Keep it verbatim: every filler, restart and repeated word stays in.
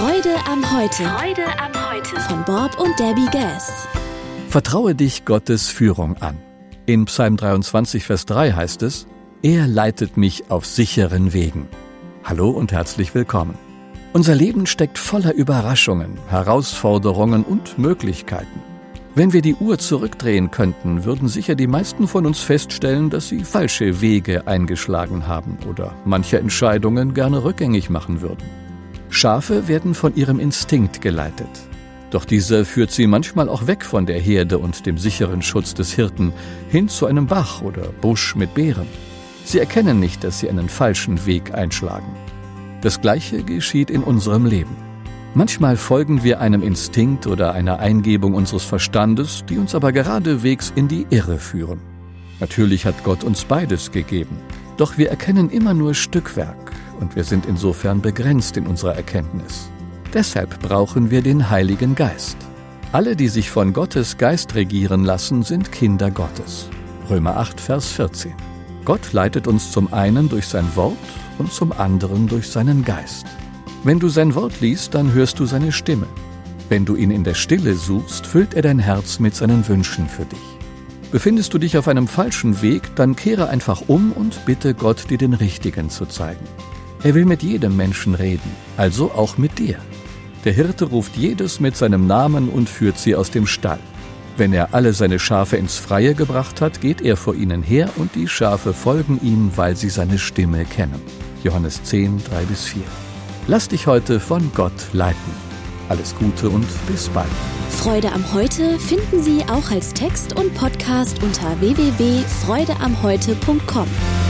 Freude am Heute. Freude am Heute. Von Bob und Debbie Gass. Vertraue dich Gottes Führung an. In Psalm dreiundzwanzig, Vers drei heißt es: Er leitet mich auf sicheren Wegen. Hallo und herzlich willkommen. Unser Leben steckt voller Überraschungen, Herausforderungen und Möglichkeiten. Wenn wir die Uhr zurückdrehen könnten, würden sicher die meisten von uns feststellen, dass sie falsche Wege eingeschlagen haben oder manche Entscheidungen gerne rückgängig machen würden. Schafe werden von ihrem Instinkt geleitet. Doch dieser führt sie manchmal auch weg von der Herde und dem sicheren Schutz des Hirten hin zu einem Bach oder Busch mit Beeren. Sie erkennen nicht, dass sie einen falschen Weg einschlagen. Das Gleiche geschieht in unserem Leben. Manchmal folgen wir einem Instinkt oder einer Eingebung unseres Verstandes, die uns aber geradewegs in die Irre führen. Natürlich hat Gott uns beides gegeben, doch wir erkennen immer nur Stückwerk und wir sind insofern begrenzt in unserer Erkenntnis. Deshalb brauchen wir den Heiligen Geist. Alle, die sich von Gottes Geist regieren lassen, sind Kinder Gottes. Römer acht, Vers vierzehn. Gott leitet uns zum einen durch sein Wort und zum anderen durch seinen Geist. Wenn du sein Wort liest, dann hörst du seine Stimme. Wenn du ihn in der Stille suchst, füllt er dein Herz mit seinen Wünschen für dich. Befindest du dich auf einem falschen Weg, dann kehre einfach um und bitte Gott, dir den richtigen zu zeigen. Er will mit jedem Menschen reden, also auch mit dir. Der Hirte ruft jedes mit seinem Namen und führt sie aus dem Stall. Wenn er alle seine Schafe ins Freie gebracht hat, geht er vor ihnen her und die Schafe folgen ihm, weil sie seine Stimme kennen. Johannes zehn, drei bis vier. Lass dich heute von Gott leiten. Alles Gute und bis bald. Freude am Heute finden Sie auch als Text und Podcast unter w w w punkt freude am heute punkt com.